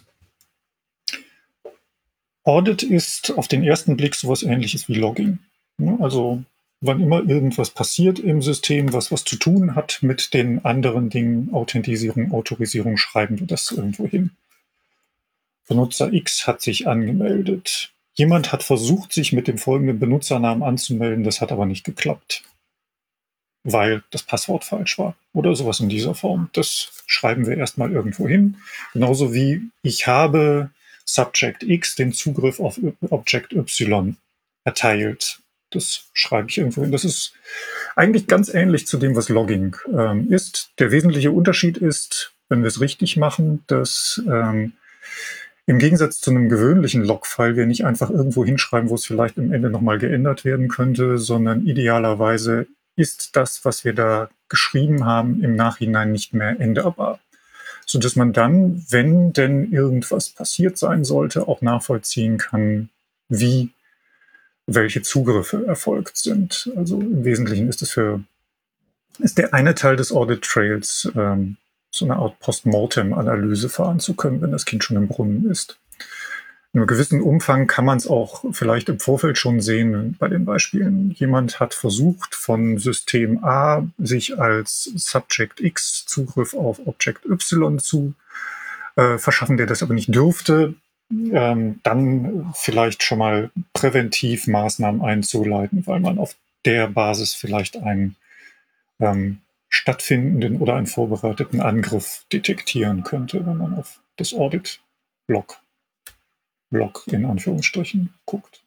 Audit ist auf den ersten Blick sowas Ähnliches wie Logging. Also wann immer irgendwas passiert im System, was zu tun hat mit den anderen Dingen, Authentisierung, Autorisierung, schreiben wir das irgendwo hin. Benutzer X hat sich angemeldet. Jemand hat versucht, sich mit dem folgenden Benutzernamen anzumelden, das hat aber nicht geklappt, weil das Passwort falsch war oder sowas in dieser Form. Das schreiben wir erstmal irgendwo hin. Genauso wie ich habe Subject X den Zugriff auf Object Y erteilt. Das schreibe ich irgendwo hin. Das ist eigentlich ganz ähnlich zu dem, was Logging ist. Der wesentliche Unterschied ist, wenn wir es richtig machen, dass im Gegensatz zu einem gewöhnlichen Log-File wir nicht einfach irgendwo hinschreiben, wo es vielleicht am Ende nochmal geändert werden könnte, sondern idealerweise ist das, was wir da geschrieben haben, im Nachhinein nicht mehr änderbar. Sodass man dann, wenn denn irgendwas passiert sein sollte, auch nachvollziehen kann, wie welche Zugriffe erfolgt sind. Also im Wesentlichen ist der eine Teil des Audit Trails, so eine Art Postmortem-Analyse fahren zu können, wenn das Kind schon im Brunnen ist. In einem gewissen Umfang kann man es auch vielleicht im Vorfeld schon sehen bei den Beispielen. Jemand hat versucht, von System A sich als Subject X Zugriff auf Object Y zu verschaffen, der das aber nicht dürfte. Dann vielleicht schon mal präventiv Maßnahmen einzuleiten, weil man auf der Basis vielleicht einen stattfindenden oder einen vorbereiteten Angriff detektieren könnte, wenn man auf das Audit-Log in Anführungsstrichen guckt.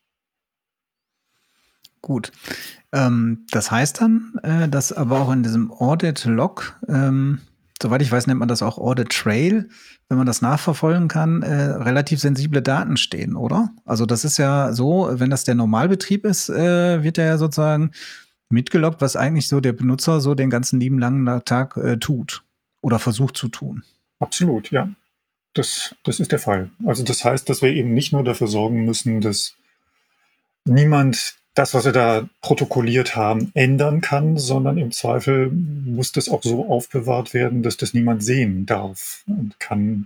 Gut. Das heißt dann, dass aber auch in diesem Audit-Log, soweit ich weiß, nennt man das auch Audit-Trail, wenn man das nachverfolgen kann, relativ sensible Daten stehen, oder? Also das ist ja so, wenn das der Normalbetrieb ist, wird ja sozusagen mitgeloggt, was eigentlich so der Benutzer so den ganzen lieben langen Tag tut oder versucht zu tun. Absolut, ja. Das ist der Fall. Also das heißt, dass wir eben nicht nur dafür sorgen müssen, dass niemand das, was wir da protokolliert haben, ändern kann, sondern im Zweifel muss das auch so aufbewahrt werden, dass das niemand sehen darf und kann,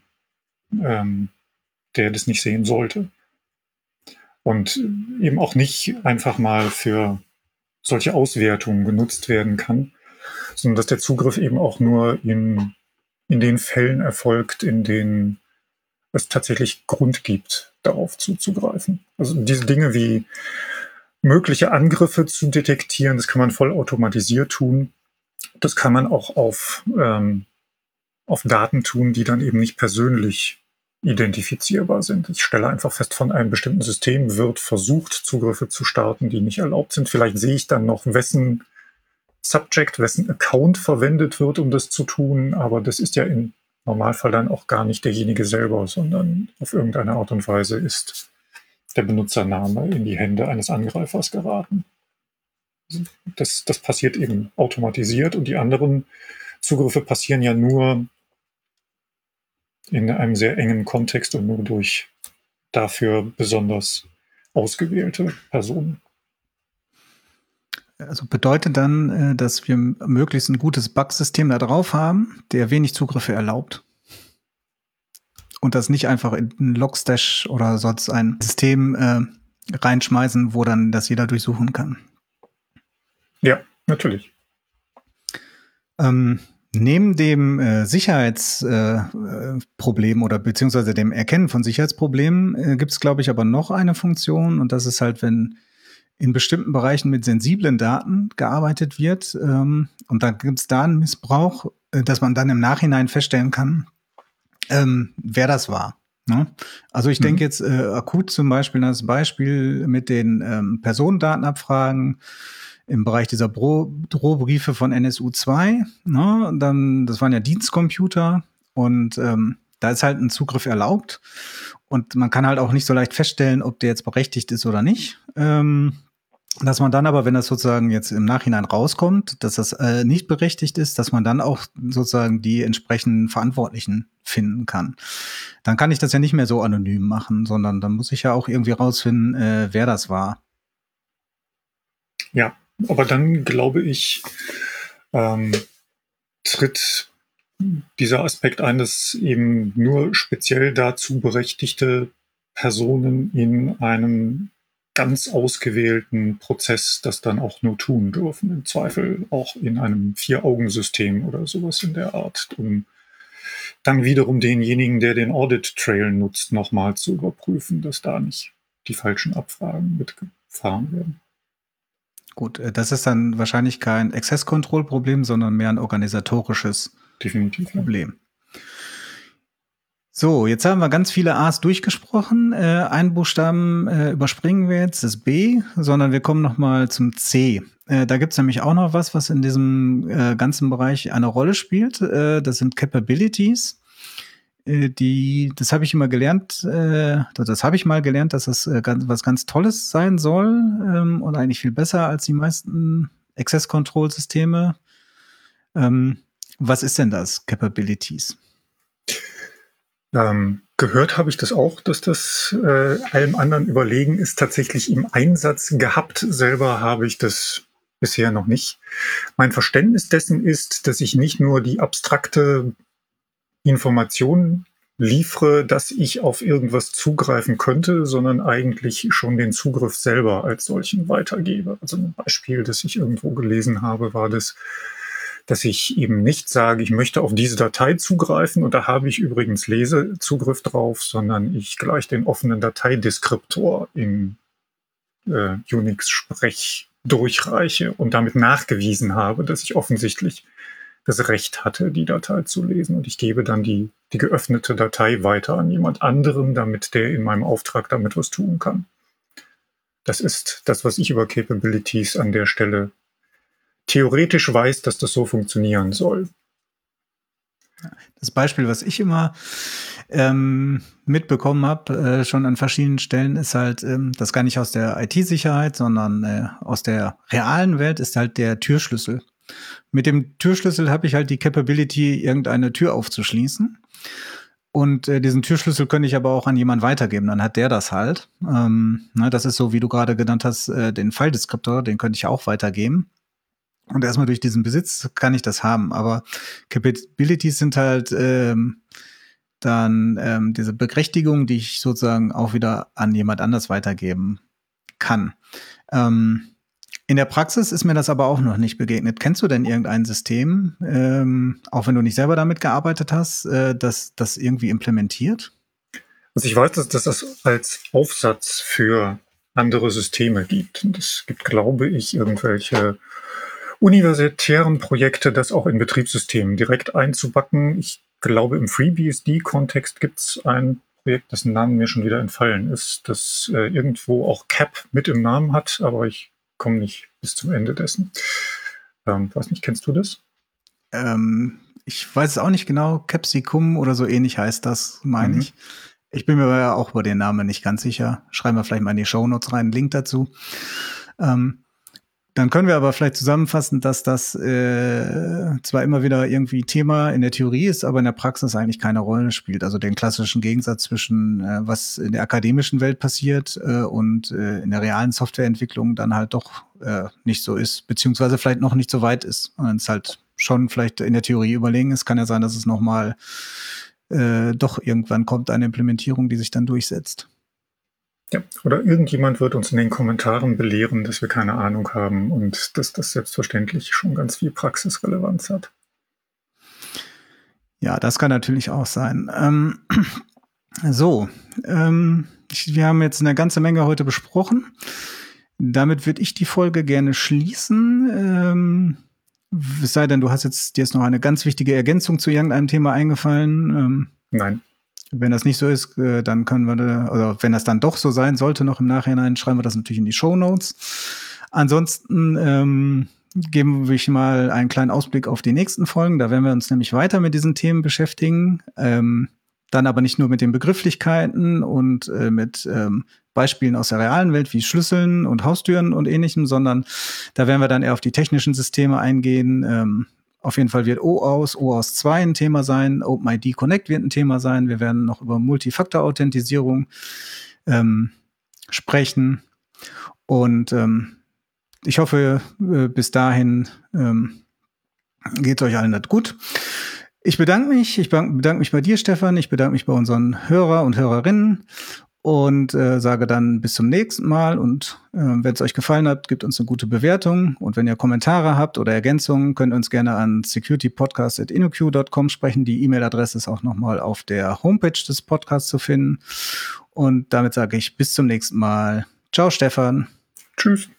der das nicht sehen sollte. Und eben auch nicht einfach mal für solche Auswertungen genutzt werden kann, sondern dass der Zugriff eben auch nur in den Fällen erfolgt, in denen es tatsächlich Grund gibt, darauf zuzugreifen. Also diese Dinge wie mögliche Angriffe zu detektieren, das kann man vollautomatisiert tun. Das kann man auch auf Daten tun, die dann eben nicht persönlich identifizierbar sind. Ich stelle einfach fest, von einem bestimmten System wird versucht, Zugriffe zu starten, die nicht erlaubt sind. Vielleicht sehe ich dann noch, wessen Subject, wessen Account verwendet wird, um das zu tun, aber das ist ja im Normalfall dann auch gar nicht derjenige selber, sondern auf irgendeine Art und Weise ist der Benutzername in die Hände eines Angreifers geraten. Das passiert eben automatisiert und die anderen Zugriffe passieren ja nur in einem sehr engen Kontext und nur durch dafür besonders ausgewählte Personen. Also bedeutet dann, dass wir möglichst ein gutes Bug-System da drauf haben, der wenig Zugriffe erlaubt. Und das nicht einfach in ein Logstash oder sonst ein System reinschmeißen, wo dann das jeder durchsuchen kann. Ja, natürlich. Neben dem Sicherheitsproblem oder beziehungsweise dem Erkennen von Sicherheitsproblemen gibt es, glaube ich, aber noch eine Funktion, und das ist halt, wenn in bestimmten Bereichen mit sensiblen Daten gearbeitet wird und dann gibt es da einen Missbrauch, dass man dann im Nachhinein feststellen kann, wer das war. Ne? Also ich denke jetzt akut zum Beispiel an das Beispiel mit den Personendatenabfragen im Bereich dieser Drohbriefe von NSU2. Ne? Dann, das waren ja Dienstcomputer und da ist halt ein Zugriff erlaubt und man kann halt auch nicht so leicht feststellen, ob der jetzt berechtigt ist oder nicht. Dass man dann aber, wenn das sozusagen jetzt im Nachhinein rauskommt, dass das nicht berechtigt ist, dass man dann auch sozusagen die entsprechenden Verantwortlichen finden kann. Dann kann ich das ja nicht mehr so anonym machen, sondern dann muss ich ja auch irgendwie rausfinden, wer das war. Ja, aber dann glaube ich, tritt dieser Aspekt ein, dass eben nur speziell dazu berechtigte Personen in einem ganz ausgewählten Prozess das dann auch nur tun dürfen. Im Zweifel auch in einem Vier-Augen-System oder sowas in der Art, um dann wiederum denjenigen, der den Audit-Trail nutzt, nochmal zu überprüfen, dass da nicht die falschen Abfragen mitgefahren werden. Gut, das ist dann wahrscheinlich kein Access-Control-Problem, sondern mehr ein organisatorisches Definitiv Problem. So, jetzt haben wir ganz viele A's durchgesprochen. Einen Buchstaben überspringen wir jetzt, das B, sondern wir kommen nochmal zum C. Da gibt's nämlich auch noch was in diesem ganzen Bereich eine Rolle spielt. Das sind Capabilities. Das habe ich immer gelernt, das habe ich mal gelernt, dass das was ganz Tolles sein soll und eigentlich viel besser als die meisten Access-Control-Systeme. Was ist denn das, Capabilities? Gehört habe ich das auch, dass das allem anderen überlegen ist, tatsächlich im Einsatz gehabt. Selber habe ich das bisher noch nicht. Mein Verständnis dessen ist, dass ich nicht nur die abstrakte Information liefere, dass ich auf irgendwas zugreifen könnte, sondern eigentlich schon den Zugriff selber als solchen weitergebe. Also ein Beispiel, das ich irgendwo gelesen habe, war das, dass ich eben nicht sage, ich möchte auf diese Datei zugreifen und da habe ich übrigens Lesezugriff drauf, sondern ich gleich den offenen Dateideskriptor in Unix-Sprech durchreiche und damit nachgewiesen habe, dass ich offensichtlich das Recht hatte, die Datei zu lesen. Und ich gebe dann die geöffnete Datei weiter an jemand anderen, damit der in meinem Auftrag damit was tun kann. Das ist das, was ich über Capabilities an der Stelle theoretisch weiß, dass das so funktionieren soll. Das Beispiel, was ich immer mitbekommen habe, schon an verschiedenen Stellen, ist halt, das gar nicht aus der IT-Sicherheit, sondern aus der realen Welt, ist halt der Türschlüssel. Mit dem Türschlüssel habe ich halt die Capability, irgendeine Tür aufzuschließen. Und diesen Türschlüssel könnte ich aber auch an jemanden weitergeben. Dann hat der das halt. Das ist so, wie du gerade genannt hast, den File-Deskriptor, den könnte ich auch weitergeben. Und erstmal durch diesen Besitz kann ich das haben. Aber Capabilities sind halt dann diese Berechtigung, die ich sozusagen auch wieder an jemand anders weitergeben kann. In der Praxis ist mir das aber auch noch nicht begegnet. Kennst du denn irgendein System, auch wenn du nicht selber damit gearbeitet hast, das irgendwie implementiert? Also ich weiß, dass das als Aufsatz für andere Systeme gibt. Und es gibt, glaube ich, irgendwelche universitären Projekte, das auch in Betriebssystemen direkt einzubacken. Ich glaube, im FreeBSD-Kontext gibt es ein Projekt, dessen Namen mir schon wieder entfallen ist, das irgendwo auch CAP mit im Namen hat, aber ich komme nicht bis zum Ende dessen. Weiß nicht, kennst du das? Ich weiß es auch nicht genau. Capsicum oder so ähnlich heißt das, meine ich. Ich bin mir aber auch über den Namen nicht ganz sicher. Schreiben wir vielleicht mal in die Shownotes rein, einen Link dazu. Dann können wir aber vielleicht zusammenfassen, dass das zwar immer wieder irgendwie Thema in der Theorie ist, aber in der Praxis eigentlich keine Rolle spielt. Also den klassischen Gegensatz zwischen was in der akademischen Welt passiert und in der realen Softwareentwicklung dann halt doch nicht so ist, beziehungsweise vielleicht noch nicht so weit ist. Und es halt schon vielleicht in der Theorie überlegen ist, kann ja sein, dass es nochmal doch irgendwann kommt eine Implementierung, die sich dann durchsetzt. Ja, oder irgendjemand wird uns in den Kommentaren belehren, dass wir keine Ahnung haben und dass das selbstverständlich schon ganz viel Praxisrelevanz hat. Ja, das kann natürlich auch sein. Wir haben jetzt eine ganze Menge heute besprochen. Damit würde ich die Folge gerne schließen. Es sei denn, dir ist noch eine ganz wichtige Ergänzung zu irgendeinem Thema eingefallen. Nein. Wenn das nicht so ist, dann können wir, oder wenn das dann doch so sein sollte, noch im Nachhinein, schreiben wir das natürlich in die Shownotes. Ansonsten geben wir mal einen kleinen Ausblick auf die nächsten Folgen. Da werden wir uns nämlich weiter mit diesen Themen beschäftigen. Dann aber nicht nur mit den Begrifflichkeiten und mit Beispielen aus der realen Welt wie Schlüsseln und Haustüren und Ähnlichem, sondern da werden wir dann eher auf die technischen Systeme eingehen. Auf jeden Fall wird OAuth 2 ein Thema sein, OpenID Connect wird ein Thema sein. Wir werden noch über Multifaktor-Authentisierung sprechen. Und ich hoffe, bis dahin geht es euch allen gut. Ich bedanke mich. Ich bedanke mich bei dir, Stefan. Ich bedanke mich bei unseren Hörer und Hörerinnen. Und sage dann bis zum nächsten Mal. Und wenn es euch gefallen hat, gebt uns eine gute Bewertung. Und wenn ihr Kommentare habt oder Ergänzungen, könnt ihr uns gerne an securitypodcast@innoq.com sprechen. Die E-Mail-Adresse ist auch nochmal auf der Homepage des Podcasts zu finden. Und damit sage ich bis zum nächsten Mal. Ciao, Stefan. Tschüss.